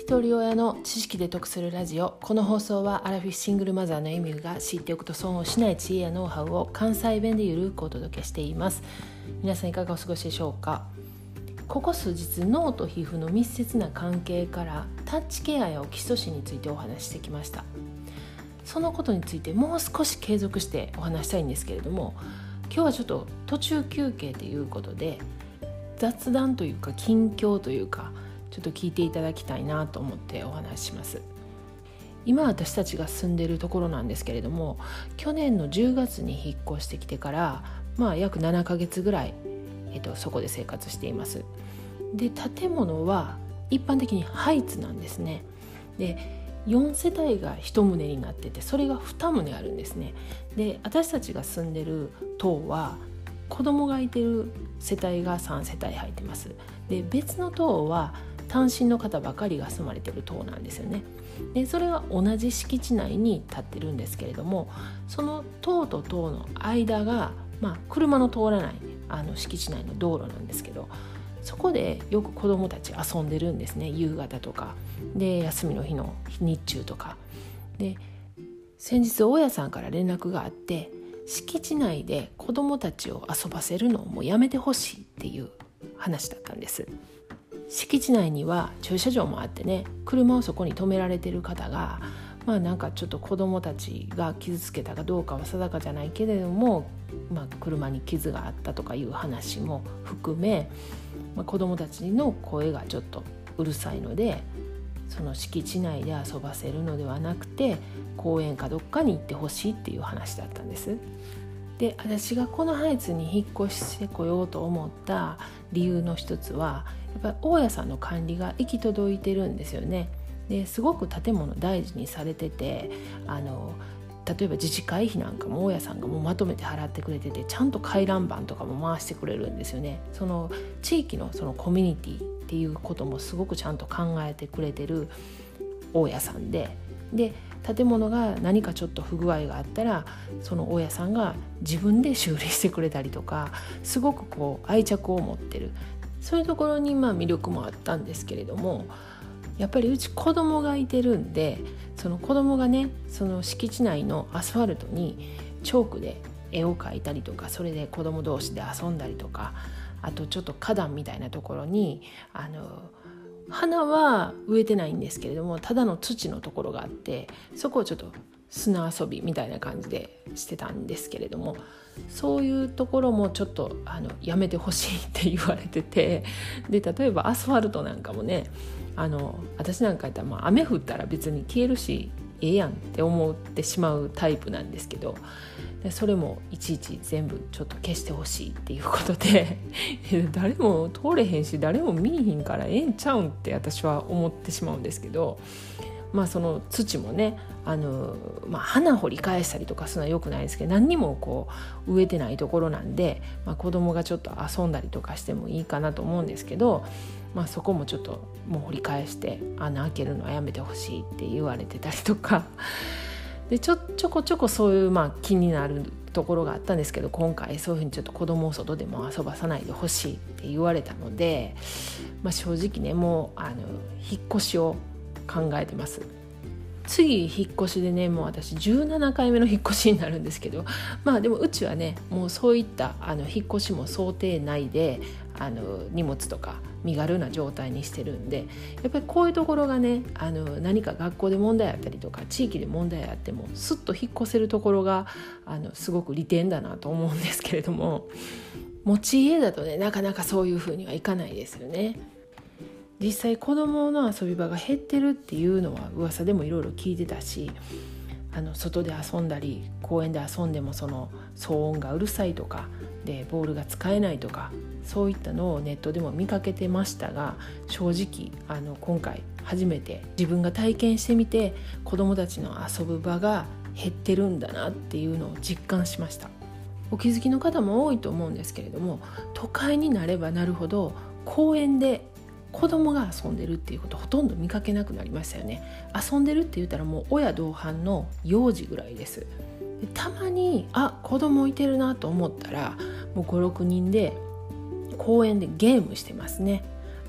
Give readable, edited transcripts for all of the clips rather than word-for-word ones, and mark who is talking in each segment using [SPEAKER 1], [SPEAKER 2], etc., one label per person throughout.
[SPEAKER 1] 一人親の知識で得するラジオ。この放送はアラフィフシングルマザーのエミューが知っておくと損をしない知恵やノウハウを関西弁でゆるくお届けしています。皆さんいかがお過ごしでしょうか。ここ数日、脳と皮膚の密接な関係からタッチケアやオキシトシンについてお話ししてきました。そのことについてもう少し継続してお話したいんですけれども、今日はちょっと途中休憩ということで雑談というか近況というかちょっと聞いていただきたいなと思ってお話しします。今私たちが住んでいるところなんですけれども、去年の10月に引っ越してきてから約7ヶ月ぐらい、そこで生活しています。で、建物は一般的にハイツなんですね。で、4世帯が1棟になってて、それが2棟あるんですね。で、私たちが住んでる棟は子供がいてる世帯が3世帯入ってます。で、別の棟は単身の方ばかりが住まれてる棟なんですよね。で、それは同じ敷地内に建ってるんですけれども、その棟と棟の間が、車の通らない敷地内の道路なんですけど、そこでよく子どもたち遊んでるんですね。夕方とかで、休みの日の日中とかで、先日大家さんから連絡があって、敷地内で子どもたちを遊ばせるのをもうやめてほしいっていう話だったんです。敷地内には駐車場もあってね、車をそこに止められてる方がなんかちょっと子どもたちが傷つけたかどうかは定かじゃないけれども、車に傷があったとかいう話も含め、子どもたちの声がちょっとうるさいので、その敷地内で遊ばせるのではなくて公園かどっかに行ってほしいっていう話だったんです。で、私がこのハイツに引っ越してこようと思った理由の一つは、やっぱり大家さんの管理が行き届いてるんですよね。ですごく建物大事にされてて、例えば自治会費なんかも大家さんがもうまとめて払ってくれてて、ちゃんと回覧板とかも回してくれるんですよね。その地域のそのコミュニティっていうこともすごくちゃんと考えてくれてる大家さんで、建物が何かちょっと不具合があったら、その大家さんが自分で修理してくれたりとか、すごく愛着を持ってる、そういうところに魅力もあったんですけれども、やっぱりうち子供がいてるんで、その子供がね、その敷地内のアスファルトにチョークで絵を描いたりとか、それで子供同士で遊んだりとか、あとちょっと花壇みたいなところに花は植えてないんですけれども、ただの土のところがあって、そこをちょっと砂遊びみたいな感じでしてたんですけれども、そういうところもちょっとやめてほしいって言われてて、で、例えばアスファルトなんかもね、私なんかやったら雨降ったら別に消えるしええやんって思ってしまうタイプなんですけど、でそれもいちいち全部ちょっと消してほしいっていうことで誰も通れへんし誰も見えへんからええんちゃうんって私は思ってしまうんですけど、その土もね、花掘り返したりとかするのは良くないですけど、何にも植えてないところなんで、子供がちょっと遊んだりとかしてもいいかなと思うんですけど、そこもちょっともう掘り返して穴開けるのはやめてほしいって言われてたりとかで、ちょこちょこそういう気になるところがあったんですけど、今回そういうふうにちょっと子供を外でも遊ばさないでほしいって言われたので、正直ね、もう引っ越しを考えてます。次引っ越しでね、もう私17回目の引っ越しになるんですけど、でもうちはね、もうそういった引っ越しも想定内で荷物とか身軽な状態にしてるんで、やっぱりこういうところがね、何か学校で問題あったりとか地域で問題あってもスッと引っ越せるところがすごく利点だなと思うんですけれども、持ち家だとね、なかなかそういうふうにはいかないですよね。実際子どもの遊び場が減ってるっていうのは噂でもいろいろ聞いてたし、外で遊んだり公園で遊んでもその騒音がうるさいとかでボールが使えないとか、そういったのをネットでも見かけてましたが、正直今回初めて自分が体験してみて、子どもたちの遊ぶ場が減ってるんだなっていうのを実感しました。お気づきの方も多いと思うんですけれども、都会になればなるほど公園で子供が遊んでるっていうことほとんど見かけなくなりましたよね。遊んでるって言ったらもう親同伴の幼児ぐらいです。で、たまに子供いてるなと思ったらもう5、6人で公園でゲームしてますね。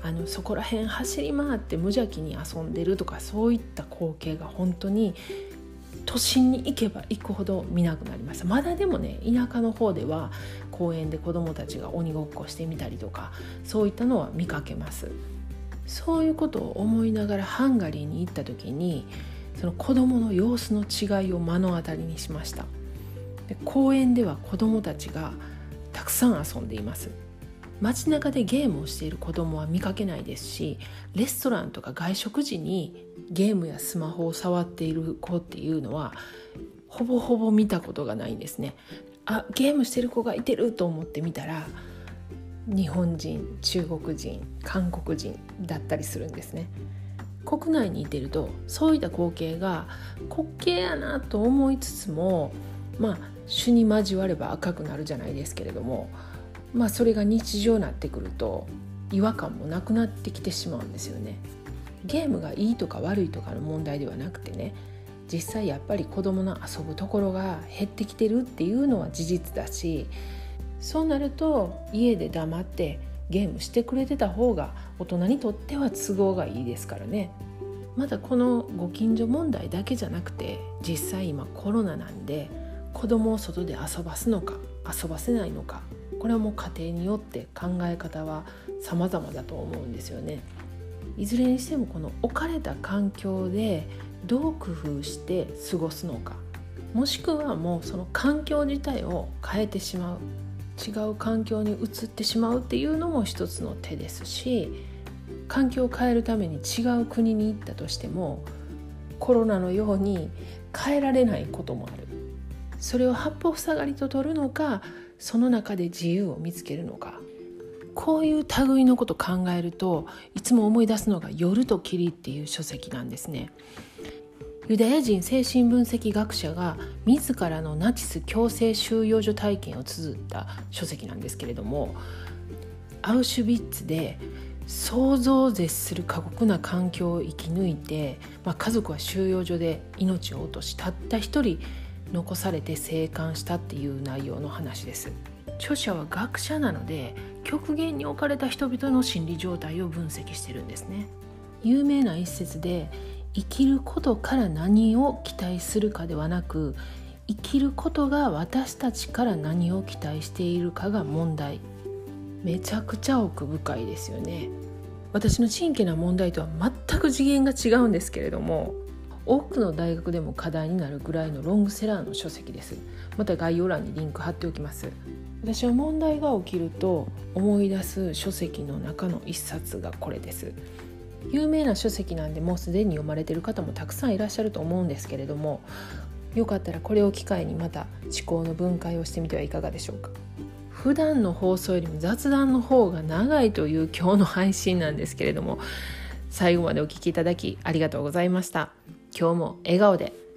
[SPEAKER 1] そこら辺走り回って無邪気に遊んでるとか、そういった光景が本当に都心に行けば行くほど見なくなりました。まだでもね、田舎の方では公園で子どもたちが鬼ごっこしてみたりとか、そういったのは見かけます。そういうことを思いながらハンガリーに行った時に、その子どもの様子の違いを目の当たりにしました。で、公園では子どもたちがたくさん遊んでいます。街中でゲームをしている子どもは見かけないですし、レストランとか外食時にゲームやスマホを触っている子っていうのはほぼほぼ見たことがないんですね。ゲームしてる子がいてると思って見たら、日本人、中国人、韓国人だったりするんですね。国内にいてるとそういった光景が滑稽やなと思いつつも、種に交われば赤くなるじゃないですけれども、それが日常になってくると違和感もなくなってきてしまうんですよね。ゲームがいいとか悪いとかの問題ではなくてね、実際やっぱり子どもの遊ぶところが減ってきてるっていうのは事実だし、そうなると家で黙ってゲームしてくれてた方が大人にとっては都合がいいですからね。またこのご近所問題だけじゃなくて、実際今コロナなんで子供を外で遊ばすのか遊ばせないのか、これはもう家庭によって考え方は様々だと思うんですよね。いずれにしてもこの置かれた環境でどう工夫して過ごすのか、もしくはもうその環境自体を変えてしまう、違う環境に移ってしまうっていうのも一つの手ですし、環境を変えるために違う国に行ったとしてもコロナのように変えられないこともある。それを八方塞がりと取るのか、その中で自由を見つけるのか、こういう類のことを考えるといつも思い出すのが夜と霧っていう書籍なんですね。ユダヤ人精神分析学者が自らのナチス強制収容所体験を綴った書籍なんですけれども、アウシュビッツで想像を絶する過酷な環境を生き抜いて、家族は収容所で命を落とし、たった一人残されて生還したっていう内容の話です。著者は学者なので極限に置かれた人々の心理状態を分析してるんですね。有名な一節で、生きることから何を期待するかではなく、生きることが私たちから何を期待しているかが問題。めちゃくちゃ奥深いですよね。私の真剣な問題とは全く次元が違うんですけれども、多くの大学でも課題になるぐらいのロングセラーの書籍です。また概要欄にリンク貼っておきます。私は問題が起きると思い出す書籍の中の一冊がこれです。有名な書籍なんでもうすでに読まれている方もたくさんいらっしゃると思うんですけれども、よかったらこれを機会にまた思考の分解をしてみてはいかがでしょうか。普段の放送よりも雑談の方が長いという今日の配信なんですけれども、最後までお聞きいただきありがとうございました。今日も笑顔で